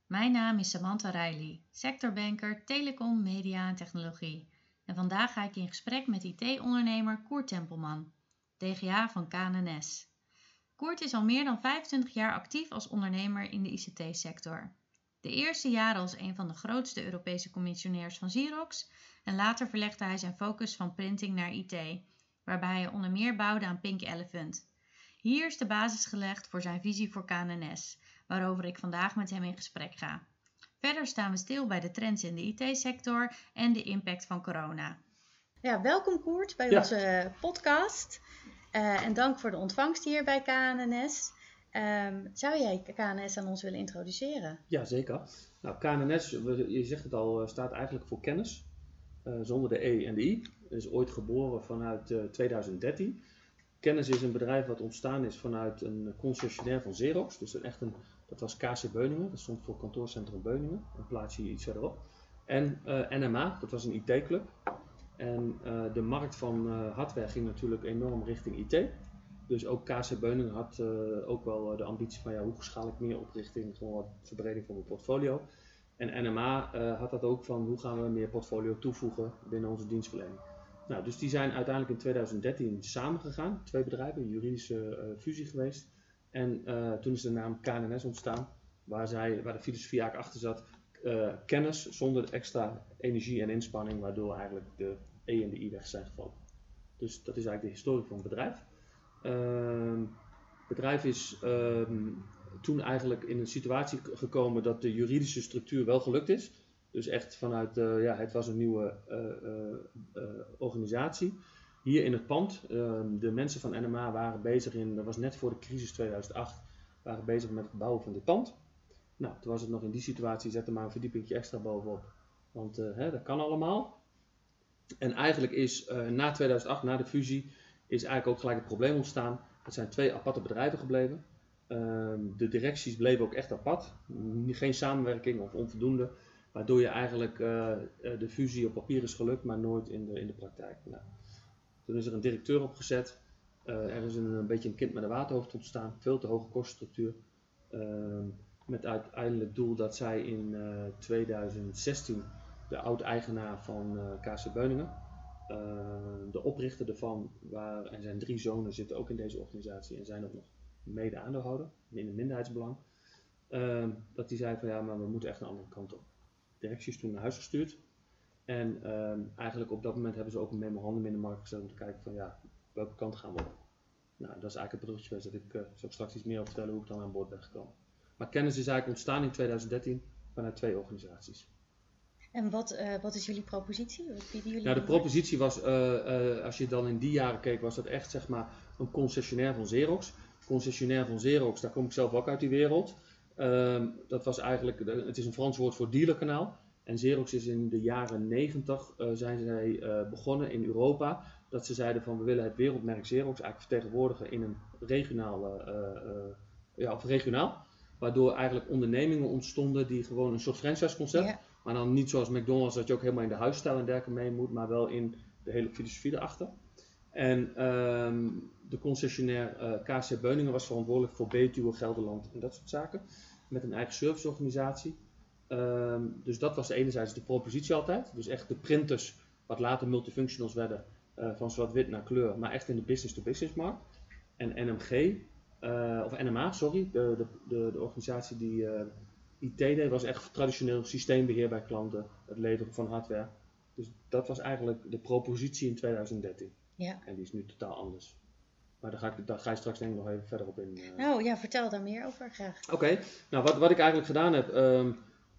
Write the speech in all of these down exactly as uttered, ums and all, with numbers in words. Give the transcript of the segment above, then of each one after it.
Mijn naam is Samantha Riley, sectorbanker Telecom, Media en Technologie. En vandaag ga ik in gesprek met I T-ondernemer Koert Tempelman, D G A van K N N S. Koert is al meer dan vijfentwintig jaar actief als ondernemer in de I C T-sector. De eerste jaren als een van de grootste Europese commissionairs van Xerox en later verlegde hij zijn focus van printing naar I T, waarbij hij onder meer bouwde aan Pink Elephant. Hier is de basis gelegd voor zijn visie voor K N N S, waarover ik vandaag met hem in gesprek ga. Verder staan we stil bij de trends in de I T-sector en de impact van corona. Ja, welkom Koert bij ja. onze podcast uh, en dank voor de ontvangst hier bij K N N S. Um, zou jij K N S aan ons willen introduceren? Ja, zeker. Nou, K N N S, je zegt het al, staat eigenlijk voor kennis, uh, zonder de E en de I. Het is ooit geboren vanuit uh, twintig dertien. Kennis is een bedrijf wat ontstaan is vanuit een concessionair van Xerox. Dus een echt een, dat was K C Beuningen, dat stond voor kantoorcentrum Beuningen. Een plaatsje hier iets verderop. En uh, N M A, dat was een I T-club. En uh, de markt van uh, hardware ging natuurlijk enorm richting I T. Dus ook K C Beuningen had uh, ook wel uh, de ambitie van ja, hoe schaal ik meer op richting gewoon wat verbreding van mijn portfolio. En N M A uh, had dat ook van hoe gaan we meer portfolio toevoegen binnen onze dienstverlening. Nou, dus die zijn uiteindelijk in twintig dertien samengegaan, twee bedrijven, een juridische uh, fusie geweest. En uh, toen is de naam K N N S ontstaan, waar, zij, waar de filosofie eigenlijk achter zat. Uh, kennis zonder extra energie en inspanning, waardoor eigenlijk de E en de I weg zijn gevallen. Dus dat is eigenlijk de historie van het bedrijf. Uh, het bedrijf is uh, toen eigenlijk in een situatie gekomen dat de juridische structuur wel gelukt is. Dus echt vanuit, uh, ja, het was een nieuwe uh, uh, uh, organisatie. Hier in het pand, uh, de mensen van N M A waren bezig in, dat was net voor de crisis tweeduizend acht, waren bezig met het bouwen van dit pand. Nou, toen was het nog in die situatie, zet er maar een verdiepingje extra bovenop. Want uh, hè, dat kan allemaal. En eigenlijk is uh, na tweeduizend acht, na de fusie, is eigenlijk ook gelijk het probleem ontstaan. Het zijn twee aparte bedrijven gebleven. Uh, de directies bleven ook echt apart. Geen samenwerking of onvoldoende. Waardoor je eigenlijk uh, de fusie op papier is gelukt, maar nooit in de, in de praktijk. Nou, toen is er een directeur opgezet. Uh, er is een, een beetje een kind met een waterhoofd ontstaan. Veel te hoge kostenstructuur. Uh, met uiteindelijk doel dat zij in uh, twintig zestien de oud-eigenaar van uh, K C Beuningen, uh, de oprichter ervan, waar, en zijn drie zonen zitten ook in deze organisatie en zijn ook nog mede-aandeelhouder, in een minderheidsbelang. Uh, dat die zei van ja, maar we moeten echt een andere kant op. De directie is toen naar huis gestuurd. En uh, eigenlijk op dat moment hebben ze ook een memorandum in de markt gezet om te kijken van ja, welke kant gaan we op. Nou, dat is eigenlijk het bruggetje geweest dat ik uh, zal straks iets meer over vertellen hoe ik dan aan boord ben gekomen. Maar kennis is eigenlijk ontstaan in twintig dertien vanuit twee organisaties. En wat, uh, wat is jullie propositie? Wat bieden jullie? Nou, de propositie was, uh, uh, als je dan in die jaren keek, was dat echt zeg maar een concessionair van Xerox. Concessionair van Xerox, daar kom ik zelf ook uit die wereld. Uh, dat was eigenlijk, het is een Frans woord voor dealerkanaal. En Xerox is in de jaren negentig uh, zijn zij uh, begonnen in Europa. Dat ze zeiden van we willen het wereldmerk Xerox eigenlijk vertegenwoordigen in een regionaal, uh, uh, ja, of regionaal. Waardoor eigenlijk ondernemingen ontstonden die gewoon een soort franchise-concept. Ja. Maar dan niet zoals McDonald's dat je ook helemaal in de huisstijl en dergelijke mee moet. Maar wel in de hele filosofie erachter. En um, de concessionair uh, K C Beuningen was verantwoordelijk voor Betuwe, Gelderland en dat soort zaken. Met een eigen serviceorganisatie. Um, dus dat was enerzijds de propositie altijd. Dus echt de printers, wat later multifunctionals werden, uh, van zwart-wit naar kleur. Maar echt in de business-to-business markt. En N M G, uh, of N M A, sorry, de, de, de, de organisatie die uh, I T deed, was echt traditioneel systeembeheer bij klanten. Het leveren van hardware. Dus dat was eigenlijk de propositie in twintig dertien. Ja. En die is nu totaal anders. Maar daar ga, ik, daar ga je straks denk ik nog even verder op in. Uh... Nou ja, vertel daar meer over graag. Oké, okay. nou wat, wat ik eigenlijk gedaan heb, um,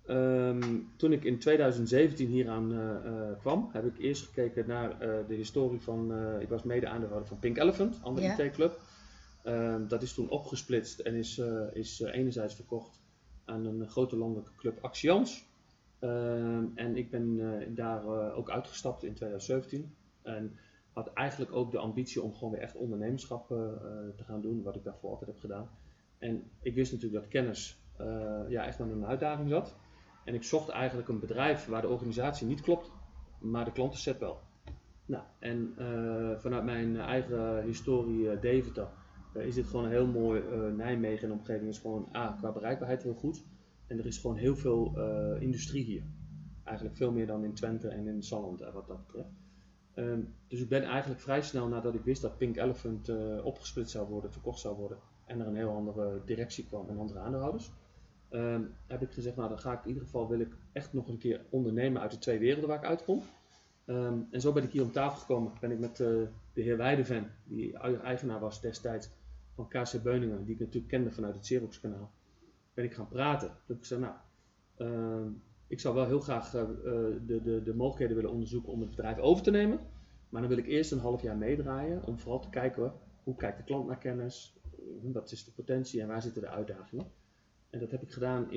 um, toen ik in twintig zeventien hieraan uh, uh, kwam, heb ik eerst gekeken naar uh, de historie van, uh, ik was mede-aandeelhouder van Pink Elephant, andere ja. I T-club. Um, dat is toen opgesplitst en is, uh, is uh, enerzijds verkocht aan een grote landelijke club Axians. Um, en ik ben uh, daar uh, ook uitgestapt in twintig zeventien. En had eigenlijk ook de ambitie om gewoon weer echt ondernemerschap uh, te gaan doen, wat ik daarvoor altijd heb gedaan. En ik wist natuurlijk dat kennis uh, ja, echt aan een uitdaging zat. En ik zocht eigenlijk een bedrijf waar de organisatie niet klopt, maar de klantenset wel. Nou, en uh, vanuit mijn eigen historie uh, Deventer uh, is dit gewoon een heel mooi uh, Nijmegen en omgeving. Is gewoon A, qua bereikbaarheid heel goed. En er is gewoon heel veel uh, industrie hier. Eigenlijk veel meer dan in Twente en in Salland uh, wat dat betreft. Um, dus ik ben eigenlijk vrij snel nadat ik wist dat Pink Elephant uh, opgesplitst zou worden, verkocht zou worden en er een heel andere directie kwam en andere aandeelhouders. Um, heb ik gezegd, nou dan ga ik in ieder geval, wil ik echt nog een keer ondernemen uit de twee werelden waar ik uitkom. Um, en zo ben ik hier om tafel gekomen. Ben ik met uh, de heer Weideven, die eigenaar was destijds van K C Beuningen, die ik natuurlijk kende vanuit het Xerox kanaal, ben ik gaan praten. Toen heb ik gezegd, nou, uh, ik zou wel heel graag uh, de, de, de mogelijkheden willen onderzoeken om het bedrijf over te nemen. Maar dan wil ik eerst een half jaar meedraaien om vooral te kijken, hoe kijkt de klant naar kennis, wat is de potentie en waar zitten de uitdagingen. En dat heb ik gedaan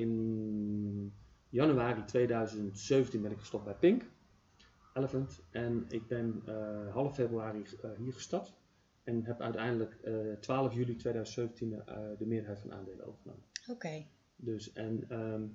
in januari tweeduizend zeventien ben ik gestopt bij Pink Elephant. En ik ben uh, half februari uh, hier gestart. En heb uiteindelijk uh, twaalf juli tweeduizend zeventien uh, de meerderheid van aandelen overgenomen. Oké. Okay. Dus en um,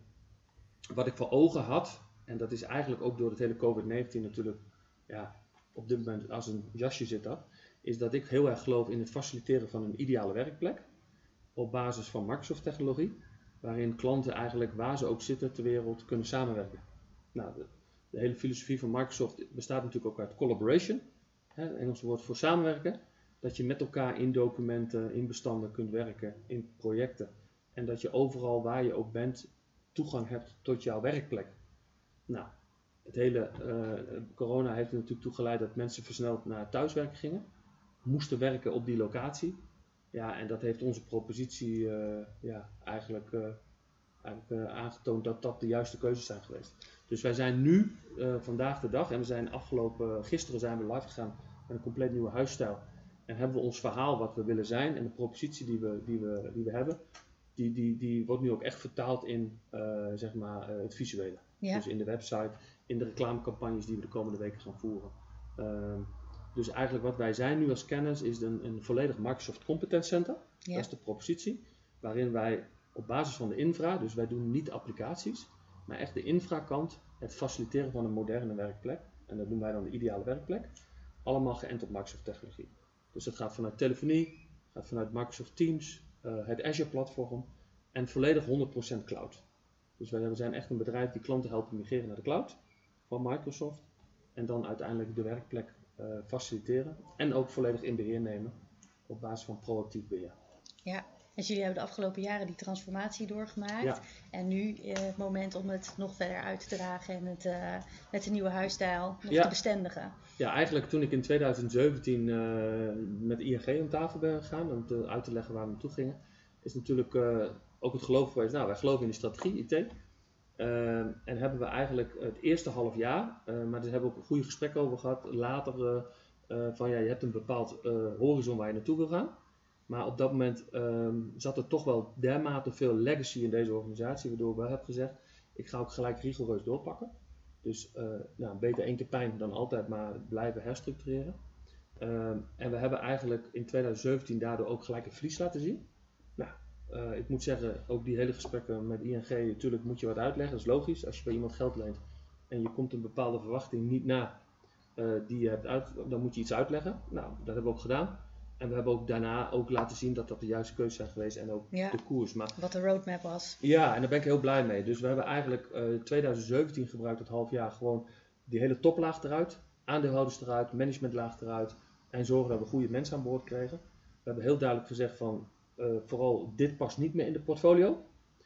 wat ik voor ogen had, en dat is eigenlijk ook door het hele covid negentien natuurlijk, ja, op dit moment als een jasje zit dat, is dat ik heel erg geloof in het faciliteren van een ideale werkplek. Op basis van Microsoft technologie. Waarin klanten eigenlijk, waar ze ook zitten ter wereld, kunnen samenwerken. Nou, de, de hele filosofie van Microsoft bestaat natuurlijk ook uit collaboration. Hè, het Engelse woord voor samenwerken. Dat je met elkaar in documenten, in bestanden kunt werken, in projecten. En dat je overal waar je ook bent, toegang hebt tot jouw werkplek. Nou, het hele uh, corona heeft er natuurlijk toe geleid dat mensen versneld naar thuiswerken gingen. Moesten werken op die locatie. Ja, en dat heeft onze propositie uh, ja, eigenlijk, uh, eigenlijk uh, aangetoond dat dat de juiste keuzes zijn geweest. Dus wij zijn nu, uh, vandaag de dag, en we zijn afgelopen, gisteren zijn we live gegaan met een compleet nieuwe huisstijl. En hebben we ons verhaal wat we willen zijn en de propositie die we, die we, die we hebben, die, die, die wordt nu ook echt vertaald in uh, zeg maar, uh, het visuele. Ja. Dus in de website, in de reclamecampagnes die we de komende weken gaan voeren. Uh, Dus eigenlijk wat wij zijn nu als Kennis is een, een volledig Microsoft Competence Center. Ja. Dat is de propositie. Waarin wij op basis van de infra, dus wij doen niet applicaties, maar echt de infrakant, het faciliteren van een moderne werkplek. En dat doen wij dan de ideale werkplek. Allemaal geënt op Microsoft technologie. Dus dat gaat vanuit telefonie, gaat vanuit Microsoft Teams, uh, het Azure platform en volledig honderd procent cloud. Dus wij zijn echt een bedrijf die klanten helpen migreren naar de cloud van Microsoft. En dan uiteindelijk de werkplek Uh, faciliteren en ook volledig in beheer nemen op basis van proactief beheer. Ja, dus jullie hebben de afgelopen jaren die transformatie doorgemaakt ja. En nu uh, het moment om het nog verder uit te dragen en het uh, met de nieuwe huisstijl nog ja. te bestendigen. Ja, eigenlijk toen ik in tweeduizend zeventien uh, met I N G om tafel ben gegaan om te, uit te leggen waar we naartoe gingen, is natuurlijk uh, ook het geloof geweest, nou wij geloven in de strategie I T. Uh, en hebben we eigenlijk het eerste half jaar, uh, maar daar hebben we ook een goede gesprek over gehad, later uh, uh, van ja, je hebt een bepaald uh, horizon waar je naartoe wil gaan. Maar op dat moment uh, zat er toch wel dermate veel legacy in deze organisatie, waardoor ik wel heb gezegd, ik ga ook gelijk rigoureus doorpakken. Dus uh, nou, beter één keer pijn dan altijd maar blijven herstructureren. Uh, en we hebben eigenlijk in tweeduizend zeventien daardoor ook gelijk een verlies laten zien. Nou, Uh, ik moet zeggen, ook die hele gesprekken met I N G, natuurlijk moet je wat uitleggen, dat is logisch. Als je bij iemand geld leent en je komt een bepaalde verwachting niet na uh, die je hebt uit, dan moet je iets uitleggen. Nou, dat hebben we ook gedaan. En we hebben ook daarna ook laten zien dat dat de juiste keuzes zijn geweest en ook ja, de koers. Maar, wat de roadmap was. Ja, en daar ben ik heel blij mee. Dus we hebben eigenlijk uh, tweeduizend zeventien gebruikt, het half jaar, gewoon die hele toplaag eruit, aandeelhouders eruit, managementlaag eruit en zorgen dat we goede mensen aan boord kregen. We hebben heel duidelijk gezegd van, Uh, vooral dit past niet meer in de portfolio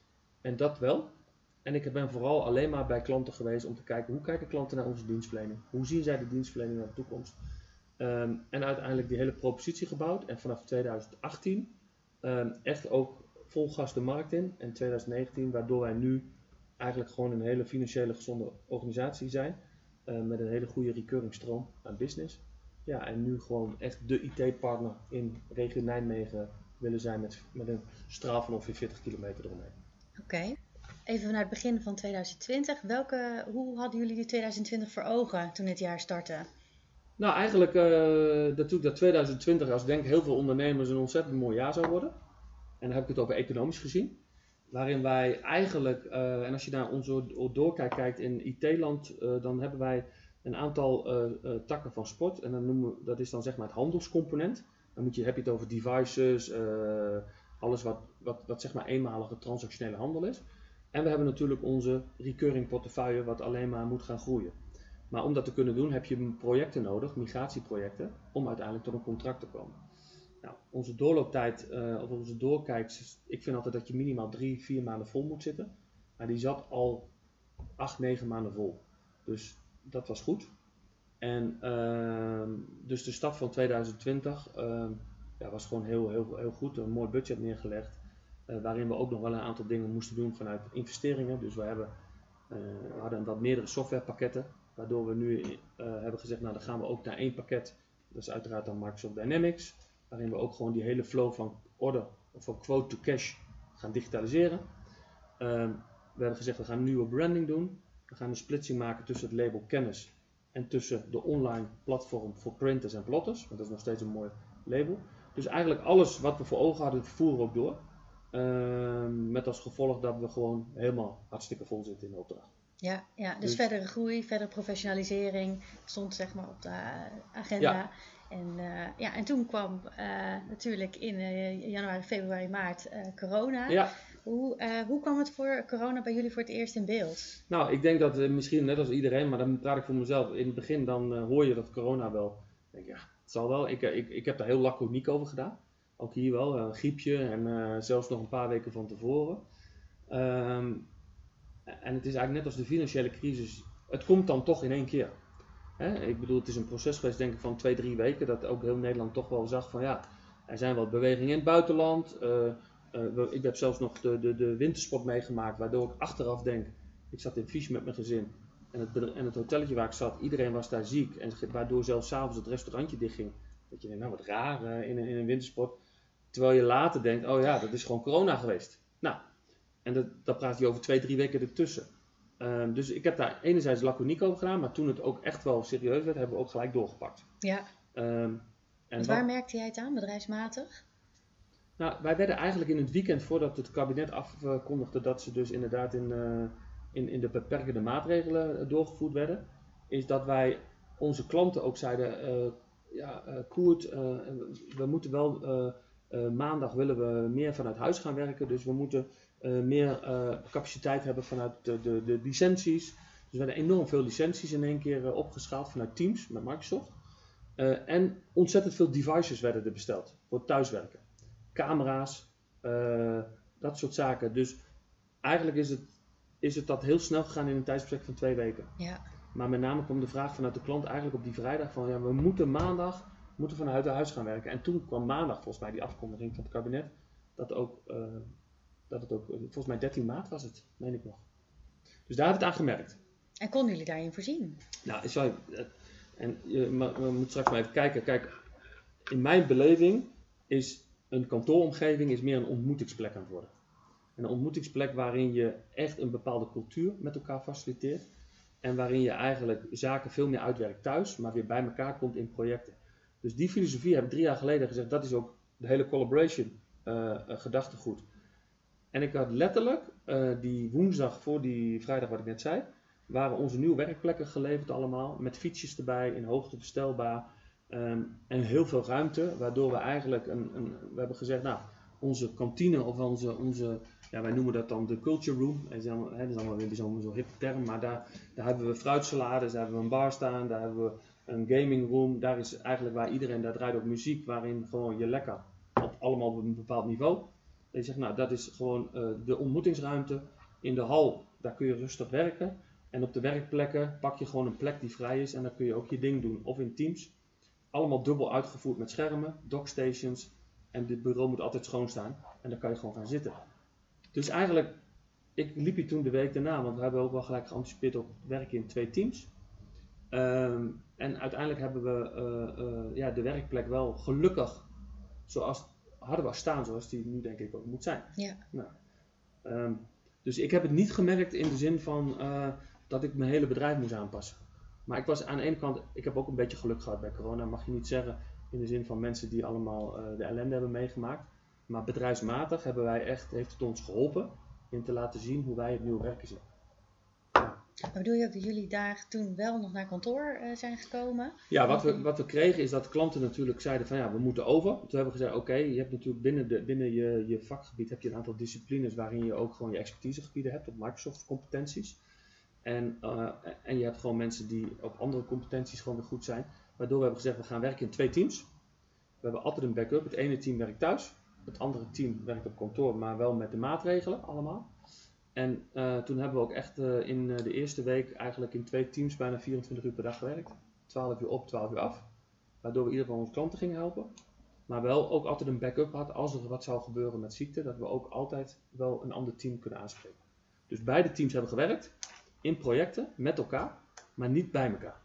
en dat wel. En ik ben vooral alleen maar bij klanten geweest om te kijken hoe kijken klanten naar onze dienstverlening, hoe zien zij de dienstverlening naar de toekomst. Um, en uiteindelijk die hele propositie gebouwd en vanaf tweeduizend achttien um, echt ook vol gas de markt in en tweeduizend negentien waardoor wij nu eigenlijk gewoon een hele financiële gezonde organisatie zijn uh, met een hele goede recurring stroom aan business. Ja, en nu gewoon echt de I T-partner in regio Nijmegen willen zijn met, met een straal van ongeveer veertig kilometer eromheen. Oké, okay. Even naar het begin van tweeduizend twintig. Welke, hoe hadden jullie die tweeduizend twintig voor ogen toen dit jaar startte? Nou, eigenlijk uh, natuurlijk dat tweeduizend twintig als denk heel veel ondernemers een ontzettend mooi jaar zou worden. En dan heb ik het over economisch gezien. Waarin wij eigenlijk, uh, en als je naar onze doorkijk kijkt in I T-land, uh, dan hebben wij een aantal uh, uh, takken van sport. En dan noemen we, dat is dan zeg maar het handelscomponent. Dan moet je, heb je het over devices, uh, alles wat, wat, wat zeg maar eenmalige transactionele handel is. En we hebben natuurlijk onze recurring portefeuille wat alleen maar moet gaan groeien. Maar om dat te kunnen doen heb je projecten nodig, migratieprojecten, om uiteindelijk tot een contract te komen. Nou, onze doorlooptijd, uh, of onze doorkijks, ik vind altijd dat je minimaal drie, vier maanden vol moet zitten. Maar die zat al acht, negen maanden vol. Dus dat was goed. En uh, dus de stap van twintig twintig uh, ja, was gewoon heel, heel, heel goed. Een mooi budget neergelegd. Uh, waarin we ook nog wel een aantal dingen moesten doen vanuit investeringen. Dus we, hebben, uh, we hadden wat meerdere softwarepakketten. Waardoor we nu uh, hebben gezegd, nou dan gaan we ook naar één pakket. Dat is uiteraard dan Microsoft Dynamics. Waarin we ook gewoon die hele flow van order of van quote to cash gaan digitaliseren. Uh, we hebben gezegd, we gaan een nieuwe branding doen. We gaan een splitsing maken tussen het label kennis en tussen de online platform voor printers en plotters. Want dat is nog steeds een mooi label. Dus eigenlijk alles wat we voor ogen hadden, voeren we ook door. Uh, met als gevolg dat we gewoon helemaal hartstikke vol zitten in de opdracht. Ja, ja dus, dus verdere groei, verdere professionalisering stond zeg maar op de agenda. Ja. En, uh, ja, en toen kwam uh, natuurlijk in uh, januari, februari, maart uh, corona. Ja. Hoe, uh, hoe kwam het voor corona bij jullie voor het eerst in beeld? Nou, ik denk dat uh, misschien net als iedereen, maar dan praat ik voor mezelf. In het begin dan uh, hoor je dat corona wel. Ik denk ja, het zal wel. Ik, ik, ik heb daar heel laconiek over gedaan. Ook hier wel, een griepje en uh, zelfs nog een paar weken van tevoren. Um, en het is eigenlijk net als de financiële crisis. Het komt dan toch in één keer. Hè? Ik bedoel, het is een proces geweest denk ik van twee, drie weken. Dat ook heel Nederland toch wel zag van ja, er zijn wat bewegingen in het buitenland. Uh, uh, we, ik heb zelfs nog de, de, de wintersport meegemaakt. Waardoor ik achteraf denk, ik zat in Fiche met mijn gezin. En het, en het hotelletje waar ik zat, iedereen was daar ziek. En waardoor zelfs 's avonds het restaurantje dichtging. Dat je denkt, nou wat raar uh, in, een, in een wintersport. Terwijl je later denkt, oh ja, dat is gewoon corona geweest. Nou, en dat, dat praat je over twee, drie weken ertussen. Um, dus ik heb daar enerzijds laconiek over gedaan, maar toen het ook echt wel serieus werd, hebben we ook gelijk doorgepakt. Ja. Um, en wat, waar merkte jij het aan, bedrijfsmatig? Nou, wij werden eigenlijk in het weekend voordat het kabinet afkondigde dat ze dus inderdaad in, uh, in, in de beperkende maatregelen doorgevoerd werden, is dat wij onze klanten ook zeiden, uh, ja, uh, Koert, uh, we moeten wel... Uh, Uh, maandag willen we meer vanuit huis gaan werken, dus we moeten uh, meer uh, capaciteit hebben vanuit de, de, de licenties. Dus we hebben enorm veel licenties in één keer uh, opgeschaald vanuit Teams met Microsoft. Uh, en ontzettend veel devices werden er besteld voor thuiswerken. Camera's, uh, dat soort zaken. Dus eigenlijk is het, is het dat heel snel gegaan in een tijdsbestek van twee weken. Ja. Maar met name kwam de vraag vanuit de klant eigenlijk op die vrijdag van ja, we moeten maandag moeten vanuit huis gaan werken. En toen kwam maandag volgens mij die afkondiging van het kabinet. Dat, ook, uh, dat het ook, volgens mij dertien maart was het, meen ik nog. Dus daar heb ik het aan gemerkt. En konden jullie daarin voorzien? Nou, sorry, en je maar, we moeten straks maar even kijken. Kijk, in mijn beleving is een kantooromgeving is meer een ontmoetingsplek aan het worden. En een ontmoetingsplek waarin je echt een bepaalde cultuur met elkaar faciliteert. En waarin je eigenlijk zaken veel meer uitwerkt thuis, maar weer bij elkaar komt in projecten. Dus die filosofie heb ik drie jaar geleden gezegd, dat is ook de hele collaboration uh, uh, gedachtegoed. En ik had letterlijk uh, die woensdag voor die vrijdag wat ik net zei, waren onze nieuwe werkplekken geleverd allemaal, met fietsjes erbij, in hoogte verstelbaar um, en heel veel ruimte, waardoor we eigenlijk, een, een, we hebben gezegd, nou, onze kantine of onze, onze ja, wij noemen dat dan de culture room, dat is allemaal, hè, dat is allemaal weer zo'n zo hippe term, maar daar, daar hebben we fruitsalades, daar hebben we een bar staan, daar hebben we een gaming room, daar is eigenlijk waar iedereen, daar draait op muziek, waarin gewoon je lekker, op, allemaal op een bepaald niveau. En je zegt, nou dat is gewoon uh, de ontmoetingsruimte. In de hal, daar kun je rustig werken. En op de werkplekken pak je gewoon een plek die vrij is en dan kun je ook je ding doen. Of in Teams. Allemaal dubbel uitgevoerd met schermen, dockstations. En dit bureau moet altijd schoon staan. En dan kan je gewoon gaan zitten. Dus eigenlijk, ik liep hier toen de week daarna, want we hebben ook wel gelijk geanticipeerd op werken in twee teams. Um, en uiteindelijk hebben we uh, uh, ja, de werkplek wel gelukkig, zoals hadden we staan zoals die nu denk ik ook moet zijn. Ja. Nou, um, dus ik heb het niet gemerkt in de zin van uh, dat ik mijn hele bedrijf moest aanpassen. Maar ik was aan de ene kant, ik heb ook een beetje geluk gehad bij corona, mag je niet zeggen, in de zin van mensen die allemaal uh, de ellende hebben meegemaakt. Maar bedrijfsmatig hebben wij echt, heeft het ons geholpen in te laten zien hoe wij het nieuwe werken zien. Ja. Maar bedoel je ook dat jullie daar toen wel nog naar kantoor uh, zijn gekomen? Ja, wat we, wat we kregen is dat klanten natuurlijk zeiden van ja, we moeten over. Toen hebben we gezegd, oké, okay, je hebt natuurlijk binnen, de, binnen je, je vakgebied heb je een aantal disciplines waarin je ook gewoon je expertisegebieden hebt op Microsoft competenties. En, uh, en je hebt gewoon mensen die op andere competenties gewoon weer goed zijn. Waardoor we hebben gezegd, we gaan werken in twee teams. We hebben altijd een backup. Het ene team werkt thuis. Het andere team werkt op kantoor, maar wel met de maatregelen allemaal. En uh, toen hebben we ook echt uh, in uh, de eerste week eigenlijk in twee teams bijna vierentwintig uur per dag gewerkt. twaalf uur op, twaalf uur af. Waardoor we in ieder geval onze klanten gingen helpen. Maar wel ook altijd een backup had als er wat zou gebeuren met ziekte. Dat we ook altijd wel een ander team kunnen aanspreken. Dus beide teams hebben gewerkt. In projecten, met elkaar, maar niet bij elkaar.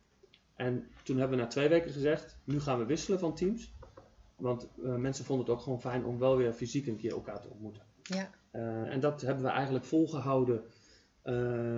En toen hebben we na twee weken gezegd, nu gaan we wisselen van teams. Want uh, mensen vonden het ook gewoon fijn om wel weer fysiek een keer elkaar te ontmoeten. Ja. Uh, en dat hebben we eigenlijk volgehouden, uh,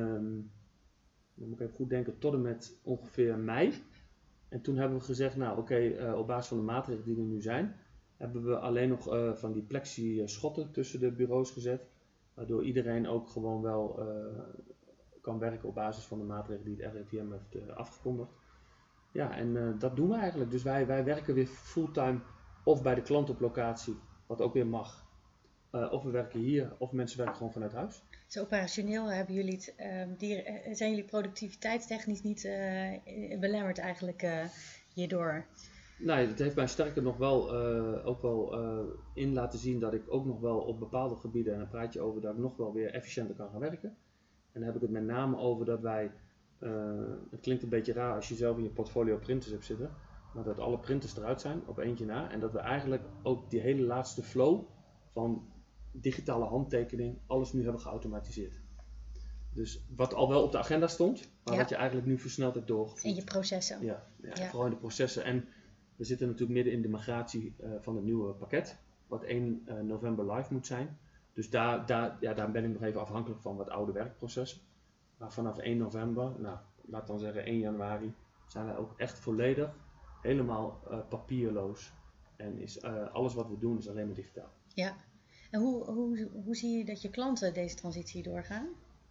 dan moet ik even goed denken, tot en met ongeveer mei. En toen hebben we gezegd, nou oké, okay, uh, op basis van de maatregelen die er nu zijn, hebben we alleen nog uh, van die plexi schotten tussen de bureaus gezet. Waardoor iedereen ook gewoon wel uh, kan werken op basis van de maatregelen die het R I V M heeft uh, afgekondigd. Ja, en uh, dat doen we eigenlijk. Dus wij, wij werken weer fulltime of bij de klant op locatie, wat ook weer mag. Uh, of we werken hier, of mensen werken gewoon vanuit huis. Dus operationeel hebben jullie het, uh, die, uh, zijn jullie productiviteitstechnisch niet uh, belemmerd eigenlijk uh, hierdoor? Nee, het heeft mij sterker nog wel uh, ook wel uh, in laten zien dat ik ook nog wel op bepaalde gebieden, en dan praat je over dat ik nog wel weer efficiënter kan gaan werken. En dan heb ik het met name over dat wij, uh, het klinkt een beetje raar als je zelf in je portfolio printers hebt zitten, maar dat alle printers eruit zijn, op eentje na. En dat we eigenlijk ook die hele laatste flow van digitale handtekening, alles nu hebben geautomatiseerd. Dus wat al wel op de agenda stond, maar ja. wat je eigenlijk nu versneld hebt doorgevoerd. In je processen. Ja, ja, ja, vooral in de processen. En we zitten natuurlijk midden in de migratie uh, van het nieuwe pakket, wat één november live moet zijn. Dus daar, daar, ja, daar ben ik nog even afhankelijk van wat oude werkprocessen. Maar vanaf één november, nou, laat dan zeggen één januari, zijn wij ook echt volledig, helemaal uh, papierloos. En is, uh, alles wat we doen is alleen maar digitaal. Ja. En hoe, hoe, hoe zie je dat je klanten deze transitie doorgaan?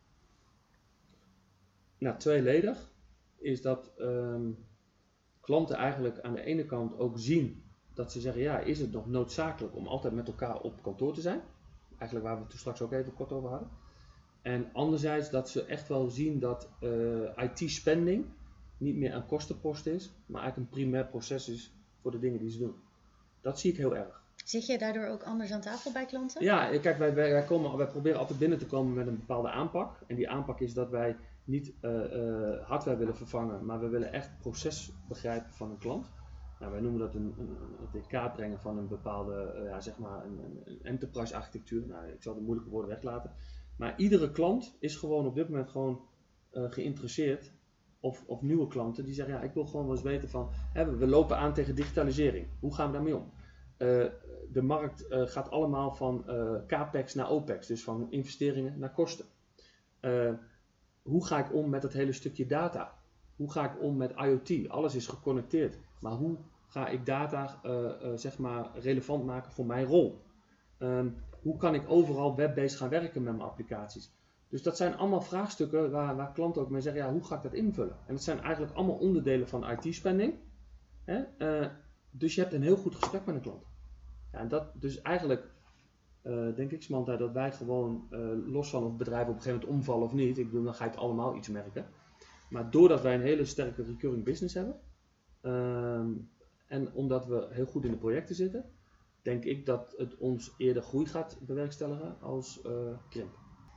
Nou, tweeledig is dat um, klanten eigenlijk aan de ene kant ook zien dat ze zeggen, ja, is het nog noodzakelijk om altijd met elkaar op kantoor te zijn? Eigenlijk waar we het toen straks ook even kort over hadden. En anderzijds dat ze echt wel zien dat uh, I T-spending niet meer een kostenpost is, maar eigenlijk een primair proces is voor de dingen die ze doen. Dat zie ik heel erg. Zit je daardoor ook anders aan tafel bij klanten? Ja, kijk, wij, wij, komen, wij proberen altijd binnen te komen met een bepaalde aanpak. En die aanpak is dat wij niet uh, uh, hardware willen vervangen, maar we willen echt het proces begrijpen van een klant. Nou, wij noemen dat een, een, het in kaart brengen van een bepaalde, uh, ja, zeg maar, een, een enterprise architectuur. Nou, ik zal de moeilijke woorden weglaten. Maar iedere klant is gewoon op dit moment gewoon uh, geïnteresseerd, of, of nieuwe klanten die zeggen, ja, ik wil gewoon wel eens weten van, hè, we lopen aan tegen digitalisering. Hoe gaan we daarmee om? Uh, de markt uh, gaat allemaal van uh, capex naar opex, dus van investeringen naar kosten. Uh, hoe ga ik om met het hele stukje data? Hoe ga ik om met IoT? Alles is geconnecteerd, maar hoe ga ik data uh, uh, zeg maar relevant maken voor mijn rol? Um, hoe kan ik overal web-based gaan werken met mijn applicaties? Dus dat zijn allemaal vraagstukken waar, waar klanten ook mee zeggen, ja, hoe ga ik dat invullen? En dat zijn eigenlijk allemaal onderdelen van I T-spending. Hè? Uh, dus je hebt een heel goed gesprek met een klant. Ja, en dat dus eigenlijk, uh, denk ik, Samantha, dat wij gewoon, uh, los van of bedrijven op een gegeven moment omvallen of niet, ik bedoel, dan ga je het allemaal iets merken. Maar doordat wij een hele sterke recurring business hebben, um, en omdat we heel goed in de projecten zitten, denk ik dat het ons eerder groei gaat bewerkstelligen als uh, krimp.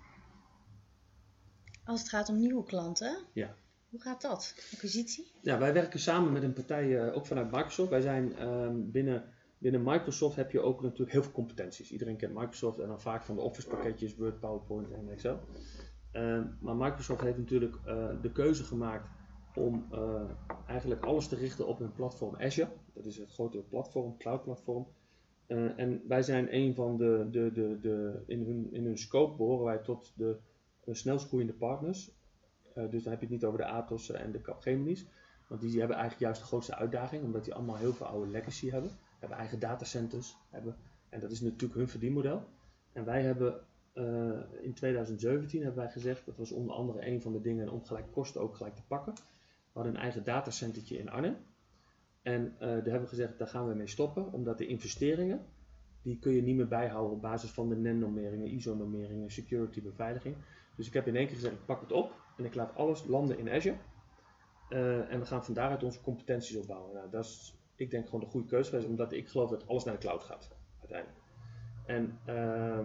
Als het gaat om nieuwe klanten, ja. Hoe gaat dat? Acquisitie? Ja, wij werken samen met een partij, uh, ook vanuit Microsoft. Wij zijn um, binnen, binnen Microsoft heb je ook natuurlijk heel veel competenties. Iedereen kent Microsoft en dan vaak van de Office pakketjes, Word, PowerPoint en Excel. Uh, maar Microsoft heeft natuurlijk uh, de keuze gemaakt om uh, eigenlijk alles te richten op hun platform Azure. Dat is het grote platform, cloud platform. Uh, en wij zijn een van de, de, de, de in, hun, in hun scope behoren wij tot de, de snelst groeiende partners. Uh, dus dan heb je het niet over de Atos en de Capgemini's. Want die hebben eigenlijk juist de grootste uitdaging, omdat die allemaal heel veel oude legacy hebben. Hebben eigen datacenters. Hebben, en dat is natuurlijk hun verdienmodel. En wij hebben uh, in twintig zeventien hebben wij gezegd, dat was onder andere een van de dingen om gelijk kosten ook gelijk te pakken. We hadden een eigen datacentertje in Arnhem. En uh, daar hebben we gezegd, daar gaan we mee stoppen, omdat de investeringen, die kun je niet meer bijhouden op basis van de N E N-normeringen, I S O-normeringen, security, beveiliging. Dus ik heb in één keer gezegd, ik pak het op en ik laat alles landen in Azure. Uh, en we gaan van daaruit onze competenties opbouwen. Nou, dat is, ik denk gewoon de goede keuze geweest, omdat ik geloof dat alles naar de cloud gaat, uiteindelijk. En uh,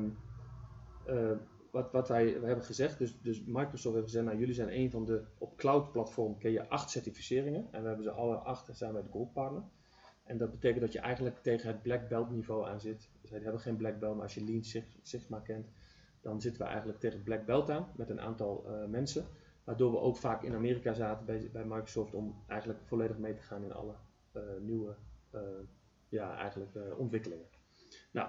uh, wat, wat wij we hebben gezegd, dus, dus Microsoft heeft gezegd, nou jullie zijn een van de, op cloud platform ken je acht certificeringen. En we hebben ze alle acht en zijn wij de gold partner. En dat betekent dat je eigenlijk tegen het black belt niveau aan zit. Dus we hebben geen black belt, maar als je Lean Sigma kent, dan zitten we eigenlijk tegen black belt aan met een aantal uh, mensen. Waardoor we ook vaak in Amerika zaten bij, bij Microsoft om eigenlijk volledig mee te gaan in alle uh, nieuwe uh, ja, eigenlijk, uh, ontwikkelingen. Nou,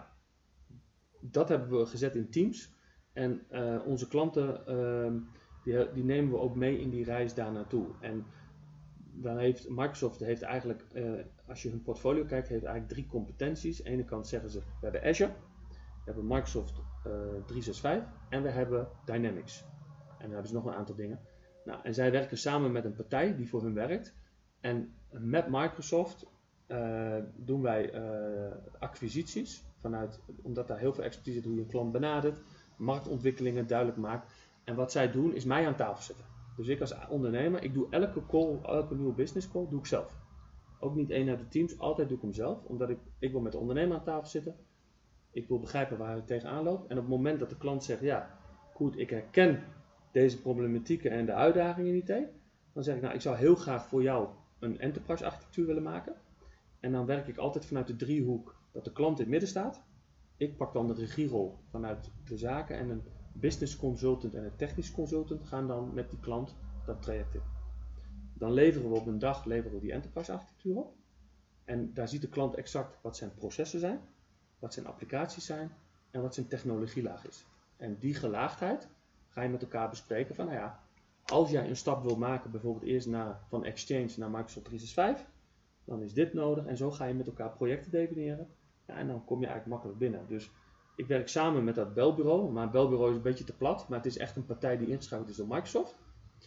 dat hebben we gezet in teams. En uh, onze klanten, uh, die, die nemen we ook mee in die reis daar naartoe. En dan heeft Microsoft heeft eigenlijk, uh, als je hun portfolio kijkt, heeft eigenlijk drie competenties. Aan de ene kant zeggen ze, we hebben Azure, we hebben Microsoft uh, driehonderdzesenzestig en we hebben Dynamics. En dan hebben ze nog een aantal dingen. Nou, en zij werken samen met een partij die voor hun werkt. En met Microsoft uh, doen wij uh, acquisities, vanuit, omdat daar heel veel expertise zit, hoe je een klant benadert, marktontwikkelingen duidelijk maakt. En wat zij doen is mij aan tafel zetten. Dus ik als ondernemer, ik doe elke call, elke nieuwe business call, doe ik zelf. Ook niet één uit de teams, altijd doe ik hem zelf. Omdat ik, ik wil met de ondernemer aan tafel zitten. Ik wil begrijpen waar hij tegenaan loopt. En op het moment dat de klant zegt, ja, goed, ik herken deze problematieken en de uitdagingen in I T. Dan zeg ik, nou, ik zou heel graag voor jou een enterprise architectuur willen maken. En dan werk ik altijd vanuit de driehoek dat de klant in het midden staat. Ik pak dan de regierol vanuit de zaken en een business consultant en een technisch consultant gaan dan met die klant dat traject in. Dan leveren we op een dag leveren we die enterprise architectuur op. En daar ziet de klant exact wat zijn processen zijn, wat zijn applicaties zijn en wat zijn technologielaag is. En die gelaagdheid ga je met elkaar bespreken van, nou ja, als jij een stap wil maken, bijvoorbeeld eerst naar, van Exchange naar Microsoft driehonderdzesenzestig, dan is dit nodig en zo ga je met elkaar projecten definiëren. Ja, en dan kom je eigenlijk makkelijk binnen. Dus ik werk samen met dat belbureau, maar het belbureau is een beetje te plat, maar het is echt een partij die ingeschakeld is door Microsoft.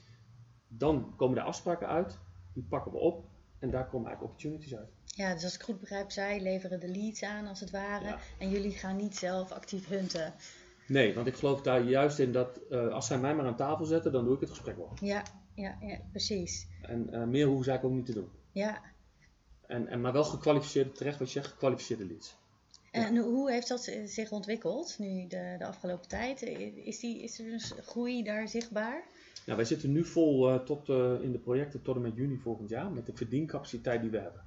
Dan komen er afspraken uit, die pakken we op en daar komen eigenlijk opportunities uit. Ja, dus als ik goed begrijp, zij leveren de leads aan als het ware Ja. En jullie gaan niet zelf actief hunten. Nee, want ik geloof daar juist in dat uh, als zij mij maar aan tafel zetten, dan doe ik het gesprek wel. Ja, ja, ja, precies. En uh, meer hoeven ze eigenlijk ook niet te doen. Ja. En, en, maar wel gekwalificeerde, terecht wat je zegt, gekwalificeerde leads. En ja. Hoe heeft dat zich ontwikkeld nu de, de afgelopen tijd? Is, die, is er dus groei daar zichtbaar? Nou, wij zitten nu vol uh, tot, uh, in de projecten tot en met juni volgend jaar met de verdiencapaciteit die we hebben.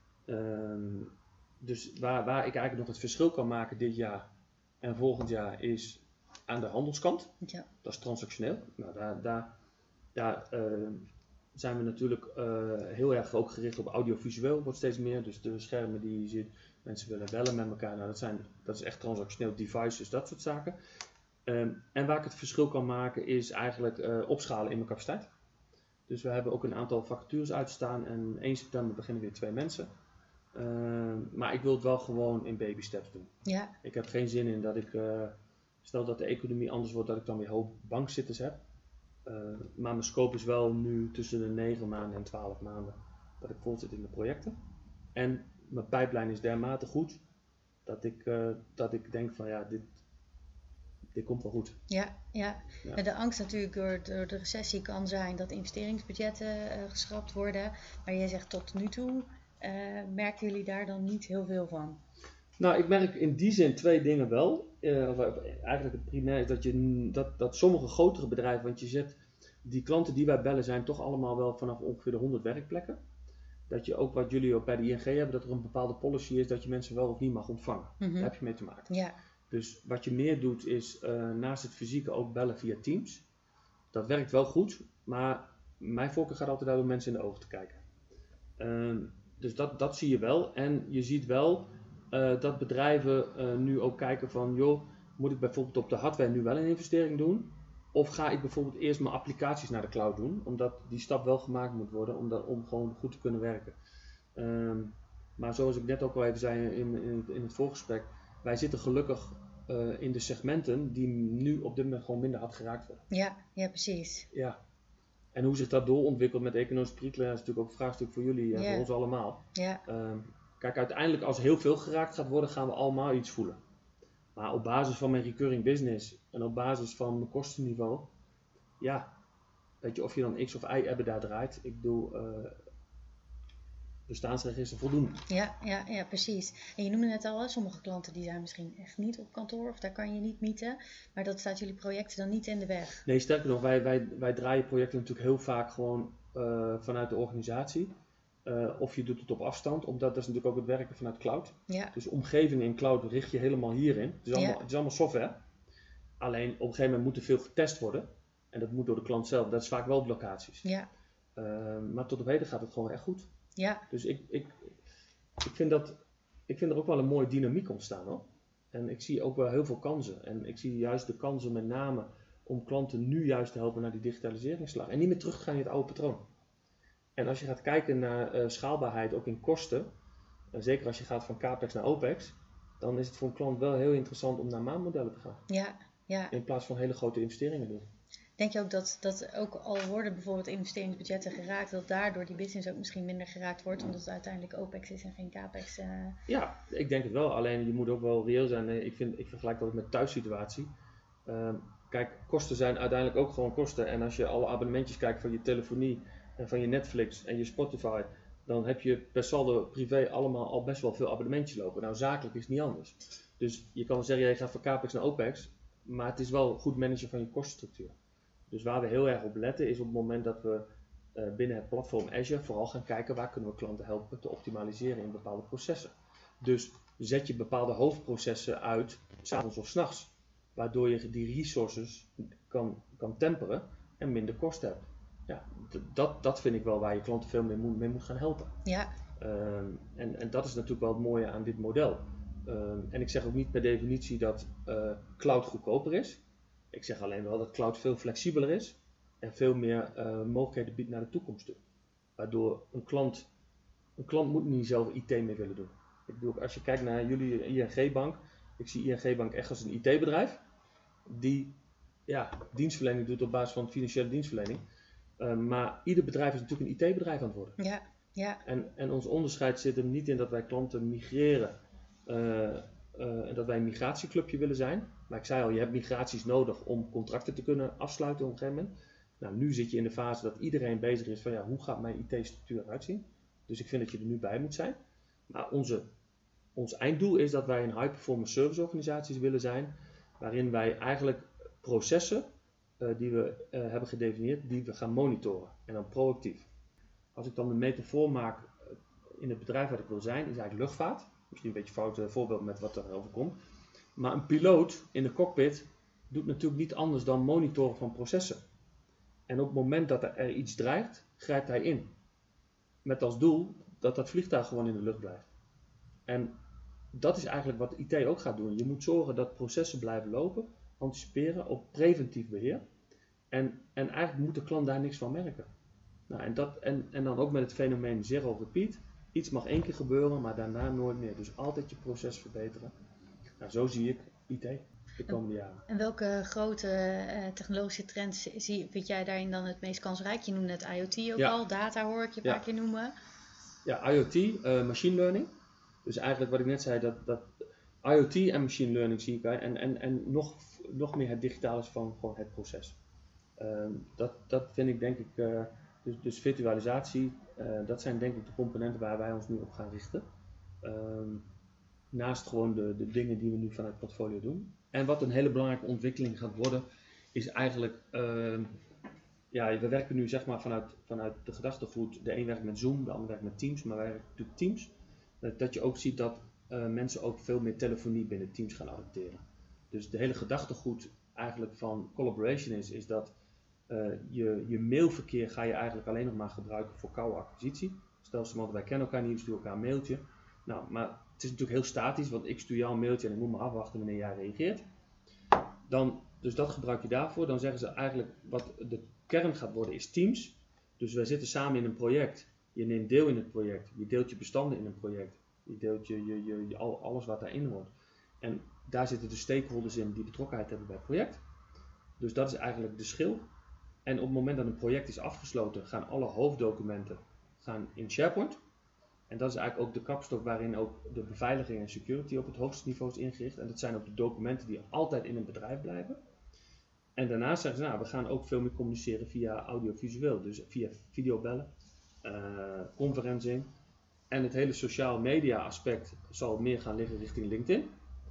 Uh, dus waar, waar ik eigenlijk nog het verschil kan maken dit jaar en volgend jaar is aan de handelskant. Ja. Dat is transactioneel. Nou, daar daar, daar uh, zijn we natuurlijk uh, heel erg ook gericht op audiovisueel, wordt steeds meer. Dus de schermen die je ziet, mensen willen bellen met elkaar. Nou, dat, zijn, dat is echt transactioneel, devices, dat soort zaken. Um, en waar ik het verschil kan maken is eigenlijk uh, opschalen in mijn capaciteit. Dus we hebben ook een aantal vacatures uitstaan en één september beginnen weer twee mensen. Uh, maar ik wil het wel gewoon in baby steps doen. Ja. Ik heb geen zin in dat ik, uh, stel dat de economie anders wordt, dat ik dan weer hoop bankzitters heb. Uh, maar mijn scope is wel nu tussen de negen maanden en twaalf maanden dat ik vol zit in de projecten. En mijn pijplijn is dermate goed dat ik, uh, dat ik denk van ja, dit, dit komt wel goed. Ja, ja. ja. De angst natuurlijk door, door de recessie kan zijn dat investeringsbudgetten uh, geschrapt worden. Maar jij zegt tot nu toe, uh, merken jullie daar dan niet heel veel van? Nou, ik merk in die zin twee dingen wel. Uh, eigenlijk het primair is dat, je, dat, dat sommige grotere bedrijven, want je zet die klanten die wij bellen zijn toch allemaal wel vanaf ongeveer de honderd werkplekken. Dat je ook wat jullie ook bij de I N G hebben, dat er een bepaalde policy is dat je mensen wel of niet mag ontvangen. Mm-hmm. Daar heb je mee te maken. Ja. Dus wat je meer doet is uh, naast het fysieke ook bellen via Teams. Dat werkt wel goed, maar mijn voorkeur gaat altijd uit om mensen in de ogen te kijken. Uh, dus dat, dat zie je wel. En je ziet wel uh, dat bedrijven uh, nu ook kijken van, joh, moet ik bijvoorbeeld op de hardware nu wel een investering doen? Of ga ik bijvoorbeeld eerst mijn applicaties naar de cloud doen, omdat die stap wel gemaakt moet worden om, dat, om gewoon goed te kunnen werken. Um, maar zoals ik net ook al even zei in, in, in het voorgesprek, wij zitten gelukkig uh, in de segmenten die nu op dit moment gewoon minder hard geraakt worden. Ja, ja precies. Ja. En hoe zich dat doorontwikkelt met economische prikkelen, is natuurlijk ook een vraagstuk voor jullie en Ja. voor ons allemaal. Ja. Um, kijk, uiteindelijk als heel veel geraakt gaat worden, gaan we allemaal iets voelen. Maar op basis van mijn recurring business en op basis van mijn kostenniveau, ja, weet je, of je dan X of Y EBITDA draait, ik bedoel, uh, bestaansrecht is er voldoende. Ja, ja, ja, precies. En je noemde net al, sommige klanten die zijn misschien echt niet op kantoor of daar kan je niet mieten, maar dat staat jullie projecten dan niet in de weg? Nee, sterker nog, wij, wij, wij draaien projecten natuurlijk heel vaak gewoon uh, vanuit de organisatie. Uh, of je doet het op afstand, omdat dat is natuurlijk ook het werken vanuit cloud. Ja. Dus omgevingen in cloud richt je helemaal hierin. Het is allemaal, ja. het is allemaal software. Alleen op een gegeven moment moet er veel getest worden. En dat moet door de klant zelf. Dat is vaak wel op locaties. Ja. Uh, maar tot op heden gaat het gewoon echt goed. Ja. Dus ik, ik, ik, vind dat, ik vind er ook wel een mooie dynamiek ontstaan hoor. En ik zie ook wel heel veel kansen. En ik zie juist de kansen met name om klanten nu juist te helpen naar die digitaliseringsslag. En niet meer terug te gaan in het oude patroon. En als je gaat kijken naar uh, schaalbaarheid, ook in kosten, en zeker als je gaat van capex naar opex, dan is het voor een klant wel heel interessant om naar maandmodellen te gaan. Ja, ja. In plaats van hele grote investeringen doen. Denk je ook dat, dat ook al worden bijvoorbeeld investeringsbudgetten geraakt, dat daardoor die business ook misschien minder geraakt wordt, omdat het uiteindelijk opex is en geen capex? Uh... Ja, ik denk het wel. Alleen je moet ook wel reëel zijn. Ik, vind, ik vergelijk dat met thuissituatie. Uh, kijk, kosten zijn uiteindelijk ook gewoon kosten. En als je alle abonnementjes kijkt van je telefonie en van je Netflix en je Spotify, dan heb je per saldo privé allemaal al best wel veel abonnementjes lopen. Nou, zakelijk is het niet anders. Dus je kan wel zeggen, je gaat van capex naar opex, maar het is wel goed managen van je kostenstructuur. Dus waar we heel erg op letten is op het moment dat we uh, binnen het platform Azure vooral gaan kijken waar kunnen we klanten helpen te optimaliseren in bepaalde processen. Dus zet je bepaalde hoofdprocessen uit, 's avonds of 's nachts, waardoor je die resources kan, kan temperen en minder kosten hebt. Ja, d- dat, dat vind ik wel waar je klanten veel meer moet, mee moet gaan helpen. Ja. Um, en, en dat is natuurlijk wel het mooie aan dit model. Um, en ik zeg ook niet per definitie dat uh, cloud goedkoper is. Ik zeg alleen wel dat cloud veel flexibeler is en veel meer uh, mogelijkheden biedt naar de toekomst toe. Waardoor een klant, een klant moet niet zelf I T mee willen doen. Ik bedoel, als je kijkt naar jullie I N G-bank, ik zie I N G-bank echt als een I T-bedrijf die ja, dienstverlening doet op basis van financiële dienstverlening. Uh, maar ieder bedrijf is natuurlijk een I T-bedrijf aan het worden. Ja, ja. En, en ons onderscheid zit hem niet in dat wij klanten migreren uh, uh, en dat wij een migratieclubje willen zijn. Maar ik zei al, je hebt migraties nodig om contracten te kunnen afsluiten op een gegeven moment. Nou, nu zit je in de fase dat iedereen bezig is van ja, hoe gaat mijn I T-structuur eruit zien? Dus ik vind dat je er nu bij moet zijn. Maar onze, ons einddoel is dat wij een high-performance service organisaties willen zijn, waarin wij eigenlijk processen uh, die we uh, hebben gedefinieerd, die we gaan monitoren en dan proactief. Als ik dan de metafoor maak in het bedrijf wat ik wil zijn, is eigenlijk luchtvaart. Misschien een beetje een fout uh, voorbeeld met wat er overkomt. Maar een piloot in de cockpit doet natuurlijk niet anders dan monitoren van processen. En op het moment dat er iets dreigt, grijpt hij in. Met als doel dat dat vliegtuig gewoon in de lucht blijft. En dat is eigenlijk wat I T ook gaat doen. Je moet zorgen dat processen blijven lopen, anticiperen op preventief beheer. En, en eigenlijk moet de klant daar niks van merken. Nou, en, dat, en, en dan ook met het fenomeen zero repeat. Iets mag één keer gebeuren, maar daarna nooit meer. Dus altijd je proces verbeteren. Nou, zo zie ik I T de komende jaren. En welke grote uh, technologische trends zie, vind jij daarin dan het meest kansrijk? Je noemde het IoT ook ja. al, data hoor ik je een ja. paar keer noemen. Ja, IoT, uh, machine learning. Dus eigenlijk wat ik net zei, dat, dat IoT en machine learning zie ik. En, en, en nog, nog meer het digitale is van gewoon het proces. Uh, dat, dat vind ik denk ik, uh, dus, dus virtualisatie, uh, dat zijn denk ik de componenten waar wij ons nu op gaan richten. Uh, naast gewoon de, de dingen die we nu vanuit het portfolio doen. En wat een hele belangrijke ontwikkeling gaat worden, is eigenlijk, uh, ja, we werken nu zeg maar vanuit, vanuit de gedachtegoed, de een werkt met Zoom, de ander werkt met Teams, maar wij werken natuurlijk Teams. Dat, dat je ook ziet dat uh, mensen ook veel meer telefonie binnen Teams gaan adopteren. Dus de hele gedachtegoed eigenlijk van collaboration is, is dat uh, je, je mailverkeer ga je eigenlijk alleen nog maar gebruiken voor koude acquisitie. Stel ze wij kennen elkaar niet, we sturen elkaar een mailtje. Nou, maar het is natuurlijk heel statisch, want ik stuur jou een mailtje en ik moet maar afwachten wanneer jij reageert. Dan, dus dat gebruik je daarvoor. Dan zeggen ze eigenlijk wat de kern gaat worden is Teams. Dus wij zitten samen in een project. Je neemt deel in het project. Je deelt je bestanden in een project. Je deelt je, je, je, je, alles wat daarin wordt. En daar zitten de stakeholders in die betrokkenheid hebben bij het project. Dus dat is eigenlijk de schil. En op het moment dat een project is afgesloten, gaan alle hoofddocumenten gaan in SharePoint. En dat is eigenlijk ook de kapstok waarin ook de beveiliging en security op het hoogste niveau is ingericht. En dat zijn ook de documenten die altijd in een bedrijf blijven. En daarnaast zeggen ze, nou, we gaan ook veel meer communiceren via audiovisueel. Dus via videobellen, uh, conferencing. En het hele sociale media aspect zal meer gaan liggen richting LinkedIn.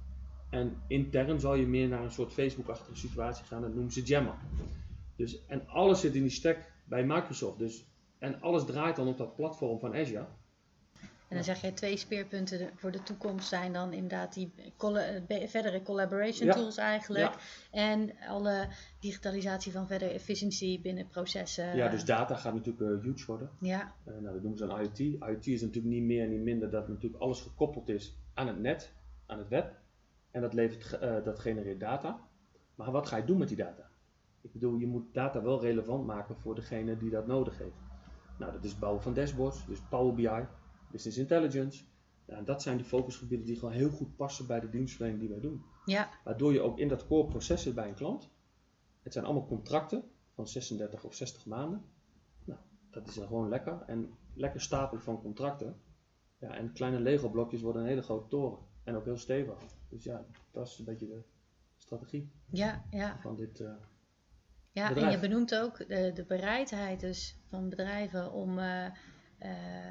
En intern zal je meer naar een soort Facebook-achtige situatie gaan. Dat noemen ze Jammer. Dus, en alles zit in die stack bij Microsoft. Dus, en alles draait dan op dat platform van Azure. En dan zeg je twee speerpunten voor de toekomst zijn dan inderdaad die colla- verdere collaboration ja. tools eigenlijk. Ja. En alle digitalisatie van verdere efficiëntie binnen processen. Ja, dus data gaat natuurlijk uh, huge worden. Ja. Uh, nou, dat noemen ze dan IoT. IoT is natuurlijk niet meer en niet minder dat natuurlijk alles gekoppeld is aan het net, aan het web. En dat, levert, uh, dat genereert data. Maar wat ga je doen met die data? Ik bedoel, je moet data wel relevant maken voor degene die dat nodig heeft. Nou, dat is het bouwen van dashboards, dus Power B I, Business Intelligence. Ja, en dat zijn die focusgebieden die gewoon heel goed passen bij de dienstverlening die wij doen. Ja. Waardoor je ook in dat core proces zit bij een klant. Het zijn allemaal contracten van zesendertig of zestig maanden. Nou, dat is dan gewoon lekker. En lekker stapelen van contracten. Ja, en kleine Lego blokjes worden een hele grote toren. En ook heel stevig. Dus ja, dat is een beetje de strategie ja, ja. van dit uh, Ja, bedrijf. En je benoemt ook de, de bereidheid dus van bedrijven om, uh, uh,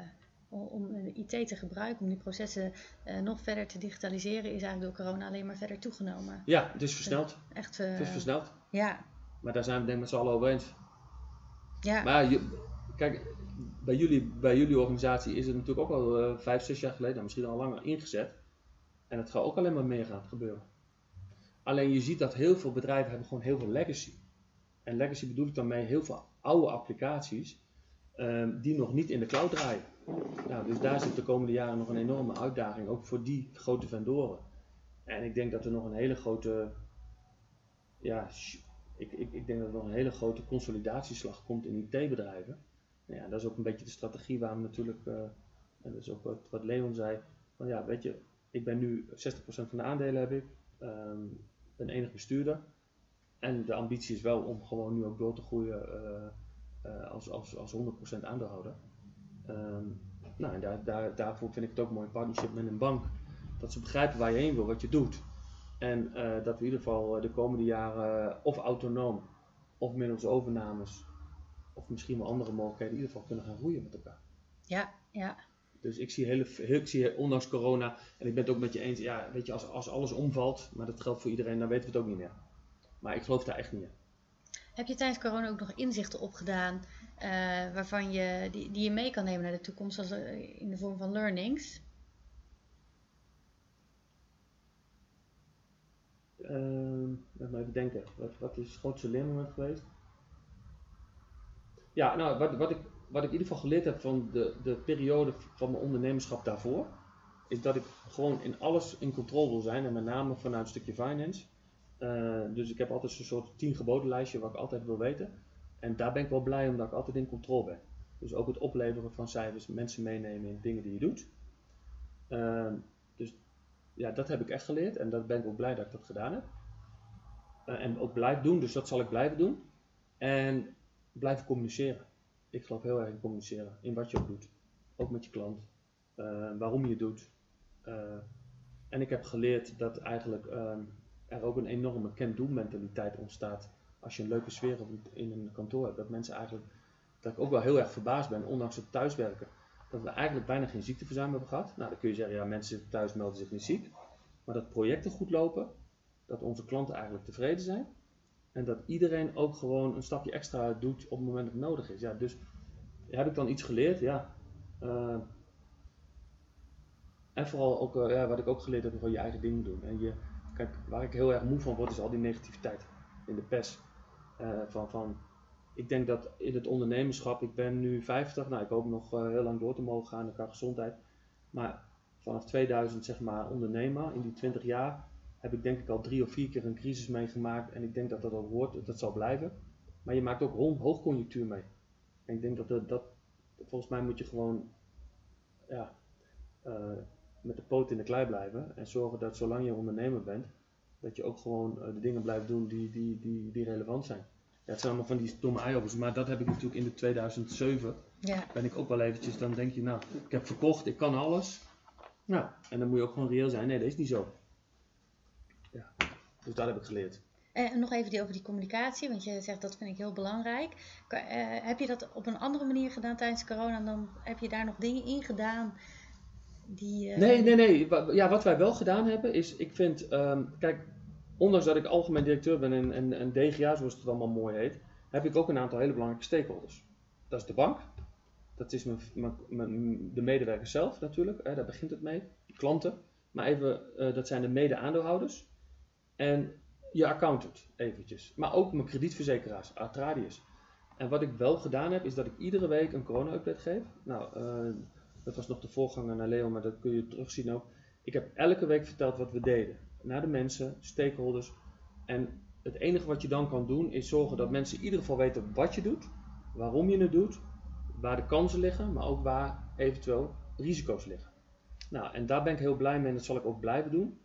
om I T te gebruiken, om die processen uh, nog verder te digitaliseren, is eigenlijk door corona alleen maar verder toegenomen. Ja, het is versneld. Echt, uh, het is versneld. Ja. Maar daar zijn we denk ik met z'n allen over eens. Ja. Maar je, kijk, bij jullie, bij jullie organisatie is het natuurlijk ook al uh, vijf, zes jaar geleden, nou, misschien al langer ingezet. En het gaat ook alleen maar meer gaan gebeuren. Alleen je ziet dat heel veel bedrijven hebben gewoon heel veel legacy. En legacy bedoel ik dan mee heel veel oude applicaties um, die nog niet in de cloud draaien. Nou, dus daar zit de komende jaren nog een enorme uitdaging, ook voor die grote vendoren. En ik denk dat er nog een hele grote, ja, ik, ik, ik denk dat er nog een hele grote consolidatieslag komt in I T-bedrijven. Nou ja, dat is ook een beetje de strategie waar we natuurlijk, uh, en dat is ook wat, wat Leon zei, van ja, weet je, ik ben nu zestig procent van de aandelen heb ik, um, ben enig bestuurder. En de ambitie is wel om gewoon nu ook door te groeien uh, uh, als, als, als honderd procent aandeelhouder. Um, nou, en daar, daar, daarvoor vind ik het ook mooi, een partnership met een bank. Dat ze begrijpen waar je heen wil, wat je doet. En uh, dat we in ieder geval de komende jaren uh, of autonoom, of middels overnames, of misschien wel andere mogelijkheden, in ieder geval kunnen gaan groeien met elkaar. Ja, ja. Dus ik zie, hele, ik zie ondanks corona, en ik ben het ook met je eens, ja, weet je, als, als alles omvalt, maar dat geldt voor iedereen, dan weten we het ook niet meer. Maar ik geloof daar echt niet in. Heb je tijdens corona ook nog inzichten opgedaan uh, waarvan je, die, die je mee kan nemen naar de toekomst, als uh, in de vorm van learnings? Uh, laat me even denken, wat, wat is het grootste leermoment geweest? Ja, nou, wat, wat, ik, wat ik in ieder geval geleerd heb van de, de periode van mijn ondernemerschap daarvoor, is dat ik gewoon in alles in controle wil zijn, en met name vanuit een stukje finance. Uh, dus ik heb altijd zo'n soort tien gebodenlijstje wat ik altijd wil weten. En daar ben ik wel blij omdat ik altijd in controle ben. Dus ook het opleveren van cijfers, mensen meenemen in dingen die je doet. Uh, dus ja, dat heb ik echt geleerd en daar ben ik ook blij dat ik dat gedaan heb. Uh, en ook blijf doen, dus dat zal ik blijven doen. En blijven communiceren. Ik geloof heel erg in communiceren, in wat je ook doet. Ook met je klant. Uh, waarom je het doet. Uh, en ik heb geleerd dat eigenlijk uh, er ook een enorme can-do mentaliteit ontstaat als je een leuke sfeer in een kantoor hebt. Dat mensen eigenlijk, dat ik ook wel heel erg verbaasd ben, ondanks het thuiswerken, dat we eigenlijk bijna geen ziekteverzuim hebben gehad. Nou, dan kun je zeggen, ja, mensen zitten thuis, melden zich niet ziek. Maar dat projecten goed lopen, dat onze klanten eigenlijk tevreden zijn. En dat iedereen ook gewoon een stapje extra doet op het moment dat het nodig is. Ja, dus heb ik dan iets geleerd? Ja. Uh, en vooral ook, uh, ja, wat ik ook geleerd heb, gewoon je eigen ding doen. En je, kijk, waar ik heel erg moe van word, is al die negativiteit in de pers. Uh, van, van, ik denk dat in het ondernemerschap, ik ben nu vijftig, nou ik hoop nog uh, heel lang door te mogen gaan qua gezondheid. Maar vanaf tweeduizend zeg maar ondernemer, in die twintig jaar, heb ik denk ik al drie of vier keer een crisis meegemaakt. En ik denk dat dat ook hoort, dat zal blijven. Maar je maakt ook hoogconjunctuur mee. En ik denk dat, dat, dat volgens mij moet je gewoon, ja, uh, met de poot in de klei blijven en zorgen dat zolang je ondernemer bent, dat je ook gewoon uh, de dingen blijft doen die, die, die, die relevant zijn. Ja, het zijn allemaal van die domme eye-openers, maar dat heb ik natuurlijk in de tweeduizend zeven, ja. ben ik ook wel eventjes, dan denk je nou, ik heb verkocht, ik kan alles. Nou, en dan moet je ook gewoon reëel zijn, nee dat is niet zo. Ja, dus dat heb ik geleerd. En nog even die over die communicatie, want je zegt dat vind ik heel belangrijk. Uh, heb je dat op een andere manier gedaan tijdens corona? Dan heb je daar nog dingen in gedaan die... Uh... Nee, nee, nee. Ja, wat wij wel gedaan hebben is, ik vind, um, kijk, ondanks dat ik algemeen directeur ben en, en, en D G A, zoals het allemaal mooi heet, heb ik ook een aantal hele belangrijke stakeholders. Dat is de bank, dat is mijn, mijn, mijn, de medewerkers zelf natuurlijk, hè, daar begint het mee, de klanten. Maar even, uh, dat zijn de mede-aandeelhouders en je accountant eventjes. Maar ook mijn kredietverzekeraars, Atradius. En wat ik wel gedaan heb, is dat ik iedere week een corona-update geef. Nou, uh, dat was nog de voorganger naar Leon, maar dat kun je terugzien ook. Ik heb elke week verteld wat we deden. Naar de mensen, stakeholders. En het enige wat je dan kan doen, is zorgen dat mensen in ieder geval weten wat je doet. Waarom je het doet. Waar de kansen liggen, maar ook waar eventueel risico's liggen. Nou, en daar ben ik heel blij mee en dat zal ik ook blijven doen.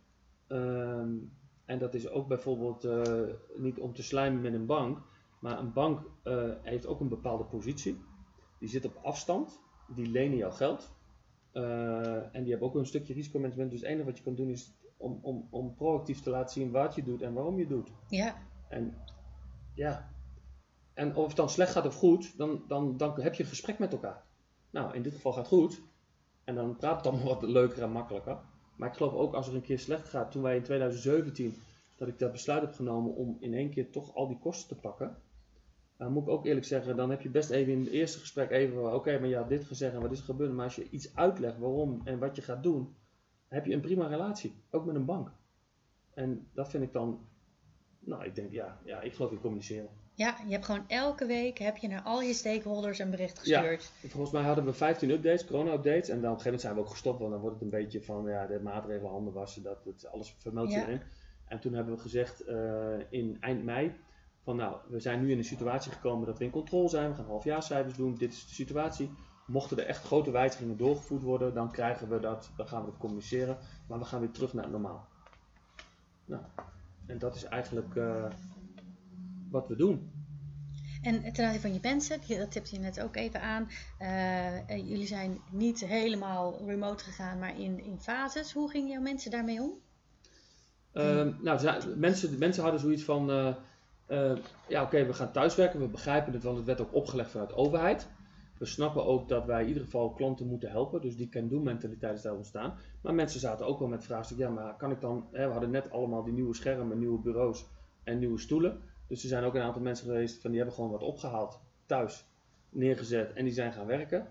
Um, en dat is ook bijvoorbeeld uh, niet om te slijmen met een bank. Maar een bank uh, heeft ook een bepaalde positie. Die zit op afstand. Die lenen jouw geld. Uh, en die hebben ook een stukje risicomanagement. Dus het enige wat je kan doen is om, om, om proactief te laten zien wat je doet en waarom je het doet. Ja. En ja. En of het dan slecht gaat of goed, dan, dan, dan heb je een gesprek met elkaar. Nou, in dit geval gaat het goed. En dan praat het allemaal wat leuker en makkelijker. Maar ik geloof ook als er een keer slecht gaat, toen wij in tweeduizend zeventien, dat ik dat besluit heb genomen om in één keer toch al die kosten te pakken. Dan moet ik ook eerlijk zeggen, dan heb je best even in het eerste gesprek even, oké, okay, maar je had dit gezegd en wat is er gebeurd. Maar als je iets uitlegt waarom en wat je gaat doen, dan heb je een prima relatie. Ook met een bank. En dat vind ik dan, nou ik denk, ja, ja ik geloof in communiceren. Ja, je hebt gewoon elke week heb je naar al je stakeholders een bericht gestuurd. Ja, volgens mij hadden we vijftien updates, corona-updates. En dan op een gegeven moment zijn we ook gestopt, want dan wordt het een beetje van ja, de maatregelen, handen wassen, dat het alles vermeldt je ja. erin. En toen hebben we gezegd uh, in eind mei van nou, we zijn nu in een situatie gekomen dat we in controle zijn. We gaan halfjaarscijfers doen, dit is de situatie. Mochten er echt grote wijzigingen doorgevoerd worden, dan krijgen we dat, dan gaan we dat communiceren. Maar we gaan weer terug naar het normaal. Nou, en dat is eigenlijk uh, wat we doen. En ten aanzien van je mensen, dat tipte je net ook even aan. Uh, jullie zijn niet helemaal remote gegaan, maar in, in fases. Hoe gingen jouw mensen daarmee om? Uh, nou, mensen, mensen hadden zoiets van, uh, uh, ja oké, okay, we gaan thuiswerken. We begrijpen het, want het werd ook opgelegd vanuit de overheid. We snappen ook dat wij in ieder geval klanten moeten helpen. Dus die can-do mentaliteit is daar ontstaan. Maar mensen zaten ook wel met vraagstuk, ja maar kan ik dan, hè, we hadden net allemaal die nieuwe schermen, nieuwe bureaus en nieuwe stoelen. Dus er zijn ook een aantal mensen geweest van die hebben gewoon wat opgehaald, thuis, neergezet en die zijn gaan werken.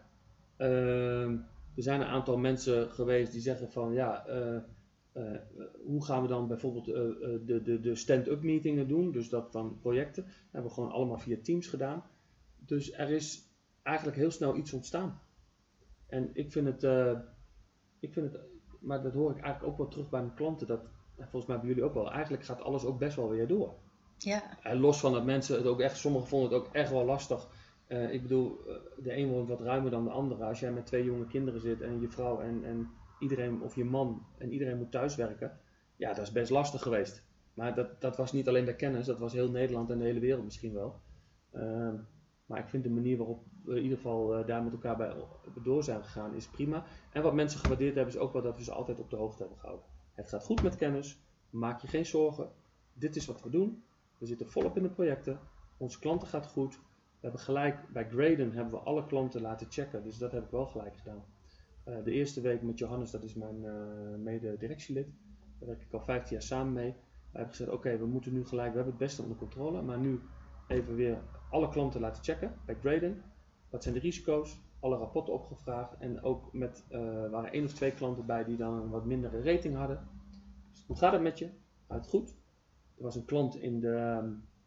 Uh, er zijn een aantal mensen geweest die zeggen van ja, uh, uh, hoe gaan we dan bijvoorbeeld uh, de, de, de stand-up meetingen doen, dus dat van projecten. Dat hebben we gewoon allemaal via Teams gedaan. Dus er is eigenlijk heel snel iets ontstaan. En ik vind het, uh, ik vind het, maar dat hoor ik eigenlijk ook wel terug bij mijn klanten, dat volgens mij bij jullie ook wel, eigenlijk gaat alles ook best wel weer door. Ja. En los van dat mensen het ook echt, sommigen vonden het ook echt wel lastig. Uh, ik bedoel, uh, de een woont wat ruimer dan de andere. Als jij met twee jonge kinderen zit en je vrouw en, en iedereen, of je man en iedereen moet thuiswerken. Ja, dat is best lastig geweest. Maar dat, dat was niet alleen bij Kennis, dat was heel Nederland en de hele wereld misschien wel. Uh, maar ik vind de manier waarop we in ieder geval uh, daar met elkaar bij door zijn gegaan is prima. En wat mensen gewaardeerd hebben is ook wel dat we ze altijd op de hoogte hebben gehouden. Het gaat goed met Kennis, maak je geen zorgen. Dit is wat we doen. We zitten volop in de projecten. Onze klanten gaat goed. We hebben gelijk, bij Graden hebben we alle klanten laten checken. Dus dat heb ik wel gelijk gedaan. Uh, de eerste week met Johannes, dat is mijn uh, mede-directielid. Daar werk ik al vijftien jaar samen mee. We hebben gezegd, oké, okay, we moeten nu gelijk, we hebben het beste onder controle. Maar nu even weer alle klanten laten checken bij Graden. Wat zijn de risico's? Alle rapporten opgevraagd. En ook met, uh, er waren één of twee klanten bij die dan een wat mindere rating hadden. Dus hoe gaat het met je? Gaat het goed? Er was een klant in de,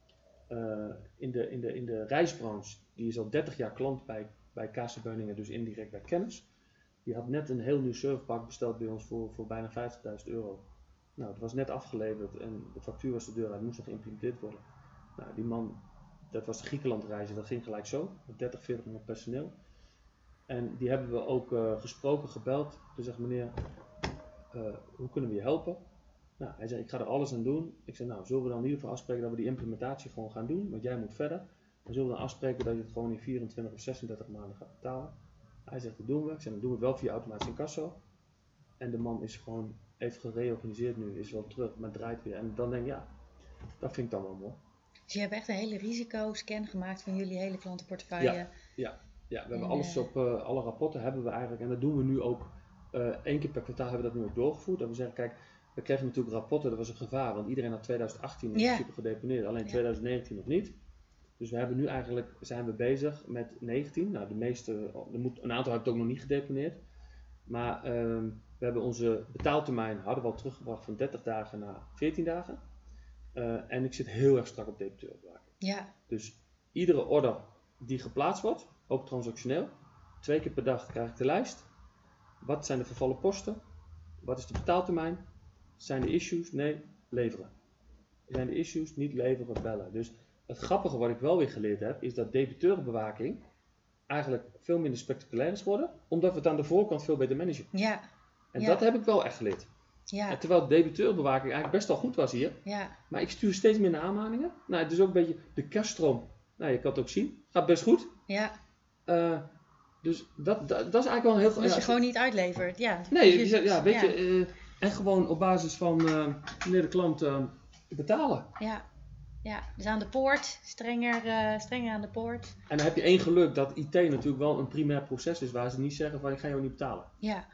uh, in de, in de, in de reisbranche, die is al dertig jaar klant bij, bij K C Beuningen, dus indirect bij Kennis. Die had net een heel nieuw serverpark besteld bij ons voor, voor bijna vijftigduizend euro. Nou, het was net afgeleverd en de factuur was de deur uit, moest nog geïmplementeerd worden. Nou, die man, dat was de Griekenland reizen, dat ging gelijk zo, met dertig, veertig man personeel. En die hebben we ook uh, gesproken, gebeld. Toen zegt meneer, uh, hoe kunnen we je helpen? Nou, hij zei, ik ga er alles aan doen. Ik zei, nou, zullen we dan in ieder geval afspreken dat we die implementatie gewoon gaan doen, want jij moet verder. Dan zullen we dan afspreken dat je het gewoon in vierentwintig of zesendertig maanden gaat betalen. Hij zegt, dat doen we. Ik zei, dan doen we het wel via automatisch incasso. En de man is gewoon, heeft gereorganiseerd nu, is wel terug, maar draait weer. En dan denk ik, ja, dat vind ik dan wel mooi. Dus je hebt echt een hele risicoscan gemaakt van jullie hele klantenportefeuille. Ja, ja, ja, we hebben en, alles op, uh, alle rapporten hebben we eigenlijk, en dat doen we nu ook, uh, één keer per kwartaal hebben we dat nu ook doorgevoerd. Dat we zeggen, kijk, we kregen natuurlijk rapporten, dat was een gevaar, want iedereen had twintig achttien in ja. principe gedeponeerd, alleen ja. twintig negentien nog niet. Dus we hebben nu eigenlijk, zijn we bezig met negentien. Nou, de meeste, er moet, een aantal heb ik ook nog niet gedeponeerd. Maar um, we hebben onze betaaltermijn, hadden we al teruggebracht van dertig dagen naar veertien dagen. Uh, en ik zit heel erg strak op debiteur-bewaking. Ja. Dus iedere order die geplaatst wordt, ook transactioneel, twee keer per dag krijg ik de lijst. Wat zijn de vervallen posten? Wat is de betaaltermijn? Zijn de issues? Nee, leveren. Zijn de issues? Niet leveren, bellen. Dus het grappige wat ik wel weer geleerd heb, is dat debiteurenbewaking eigenlijk veel minder spectaculair is geworden, omdat we het aan de voorkant veel beter managen. Ja. En ja. dat heb ik wel echt geleerd. Ja. En terwijl debiteurenbewaking eigenlijk best wel goed was hier, ja. maar ik stuur steeds minder aanmaningen. Nou, het is ook een beetje de kaststroom. Nou, je kan het ook zien. Gaat best goed. Ja. Uh, dus dat, dat, dat is eigenlijk wel een heel... Dat ja, je gewoon niet uitlevert. Ja. Nee, dus je, ja, weet ja. je, uh, en gewoon op basis van uh, wanneer de klant uh, betalen. Ja. Ja, dus aan de poort, strenger, uh, strenger aan de poort. En dan heb je één geluk dat I T natuurlijk wel een primair proces is waar ze niet zeggen van ik ga jou niet betalen. Ja.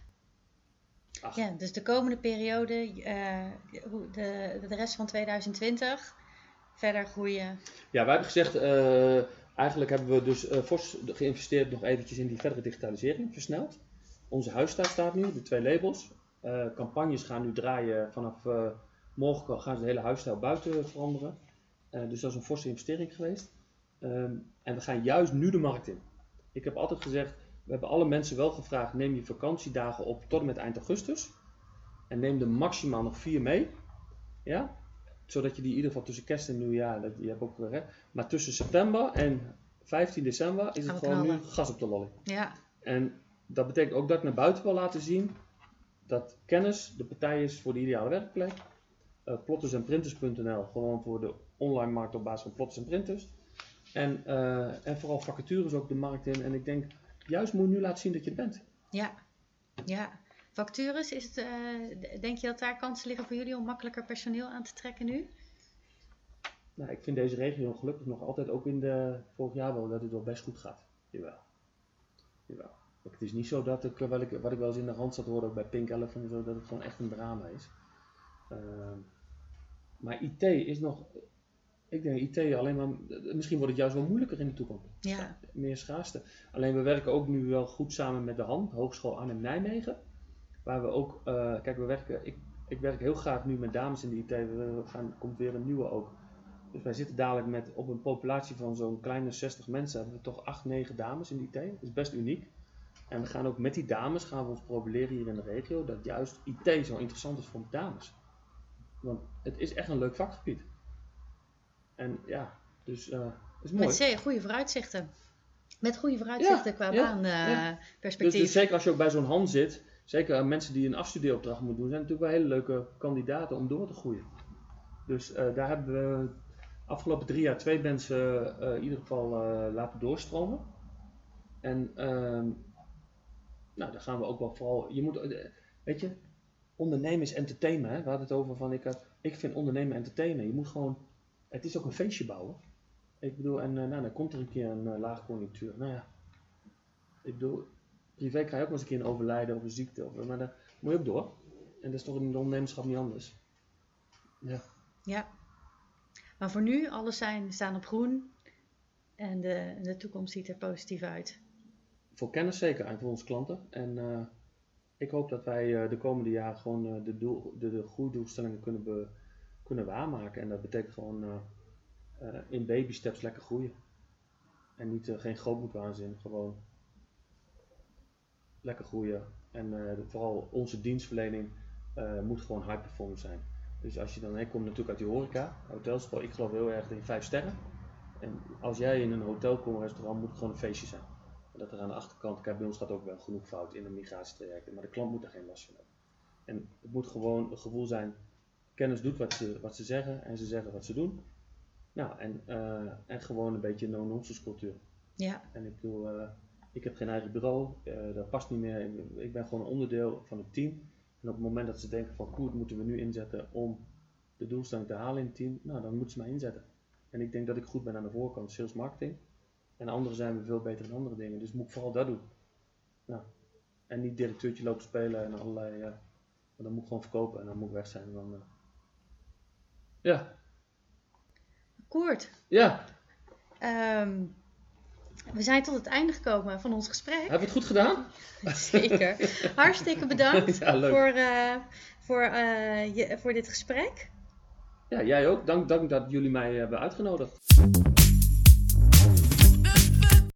Ach. Ja, dus de komende periode, uh, de, de rest van twintig twintig, verder groeien. Ja, wij hebben gezegd, uh, eigenlijk hebben we dus uh, fors geïnvesteerd nog eventjes in die verdere digitalisering, versneld. Onze huisstijl staat nu, de twee labels. Uh, campagnes gaan nu draaien vanaf... Uh, Morgen gaan ze de hele huisstijl buiten veranderen. Uh, dus dat is een forse investering geweest. Um, en we gaan juist nu de markt in. Ik heb altijd gezegd, we hebben alle mensen wel gevraagd, neem je vakantiedagen op tot en met eind augustus. En neem er maximaal nog vier mee. Ja? Zodat je die in ieder geval tussen kerst en nieuwjaar, dat, je hebt ook weer, hè? Maar tussen september en vijftien december is het gewoon knallen. Nu gas op de lolly. Ja. En dat betekent ook dat ik naar buiten wil laten zien dat kennis de partij is voor de ideale werkplek. Uh, plotters en printers punt n l, gewoon voor de online markt op basis van plotters en printers. En, uh, en vooral vacatures ook de markt in. En ik denk, juist moet je nu laten zien dat je er bent. Ja, ja. Vacatures, is het, uh, denk je dat daar kansen liggen voor jullie om makkelijker personeel aan te trekken nu? Nou, ik vind deze regio gelukkig nog altijd, ook in de vorig jaar wel, dat het wel best goed gaat. Jawel. Jawel. Het is niet zo dat ik, wat ik, wat ik wel eens in de Randstad hoorde, ook bij Pink Elephant en zo, dat het gewoon echt een drama is. Uh, Maar I T is nog, ik denk I T alleen maar, misschien wordt het juist wel moeilijker in de toekomst. Ja. Meer schaarste. Alleen we werken ook nu wel goed samen met de H A N, Hogeschool Arnhem-Nijmegen. Waar we ook, uh, kijk we werken, ik, ik werk heel graag nu met dames in de I T, we gaan, komt weer een nieuwe ook. Dus wij zitten dadelijk met, op een populatie van zo'n kleine zestig mensen, hebben we toch acht, negen dames in de I T. Dat is best uniek. En we gaan ook met die dames, gaan we ons profileren hier in de regio, dat juist I T zo interessant is voor dames. Want het is echt een leuk vakgebied. En ja, dus uh, is mooi. Met goede vooruitzichten. Met goede vooruitzichten ja, qua ja, baanperspectief. Uh, dus, dus zeker als je ook bij zo'n H A N zit, zeker uh, mensen die een afstudeeropdracht moeten doen, zijn natuurlijk wel hele leuke kandidaten om door te groeien. Dus uh, daar hebben we afgelopen drie jaar twee mensen uh, in ieder geval uh, laten doorstromen. En uh, nou, daar gaan we ook wel vooral, je moet, uh, weet je, ondernemen is entertainen. Hè? We hadden het over van, ik, ik vind ondernemen entertainen. Je moet gewoon, het is ook een feestje bouwen. Ik bedoel, en nou, dan komt er een keer een uh, laag conjunctuur. Nou ja, ik bedoel, privé krijg je ook wel eens een keer een overlijden of een ziekte. Of, maar daar moet je ook door. En dat is toch in de ondernemerschap niet anders. Ja. Ja. Maar voor nu, alles zijn, staan op groen. En de, de toekomst ziet er positief uit. Voor kennis zeker en voor onze klanten. En uh, ik hoop dat wij uh, de komende jaren gewoon uh, de, doel, de, de groeidoelstellingen kunnen, be, kunnen waarmaken. En dat betekent gewoon uh, uh, in baby steps lekker groeien. En niet, uh, geen grootmoedwaanzin, gewoon lekker groeien. En uh, vooral onze dienstverlening uh, moet gewoon high performance zijn. Dus als je dan, ik kom natuurlijk uit die horeca, hotels, ik geloof heel erg in vijf sterren. En als jij in een hotel komt, een restaurant, moet het gewoon een feestje zijn. En dat er aan de achterkant, kijk bij ons gaat ook wel genoeg fout in een migratietraject, maar de klant moet er geen last van hebben. En het moet gewoon een gevoel zijn, kennis doet wat ze, wat ze zeggen en ze zeggen wat ze doen. Nou, en, uh, en gewoon een beetje een no-nonsense cultuur. Ja. En ik bedoel, uh, ik heb geen eigen bureau, uh, dat past niet meer. Ik, ik ben gewoon een onderdeel van het team. En op het moment dat ze denken van, goed, moeten we nu inzetten om de doelstelling te halen in het team, nou, dan moeten ze mij inzetten. En ik denk dat ik goed ben aan de voorkant, sales marketing. En anderen zijn we veel beter in andere dingen, dus moet ik vooral dat doen. Nou, en niet directeurtje lopen spelen en allerlei, uh, dan moet ik gewoon verkopen en dan moet ik weg zijn. Dan, uh... Ja. Koert. Ja. Um, we zijn tot het einde gekomen van ons gesprek. Hebben we het goed gedaan? Zeker. Hartstikke bedankt ja, leuk. voor, uh, voor, uh, je, voor dit gesprek. Ja, jij ook. Dank, dank dat jullie mij hebben uitgenodigd.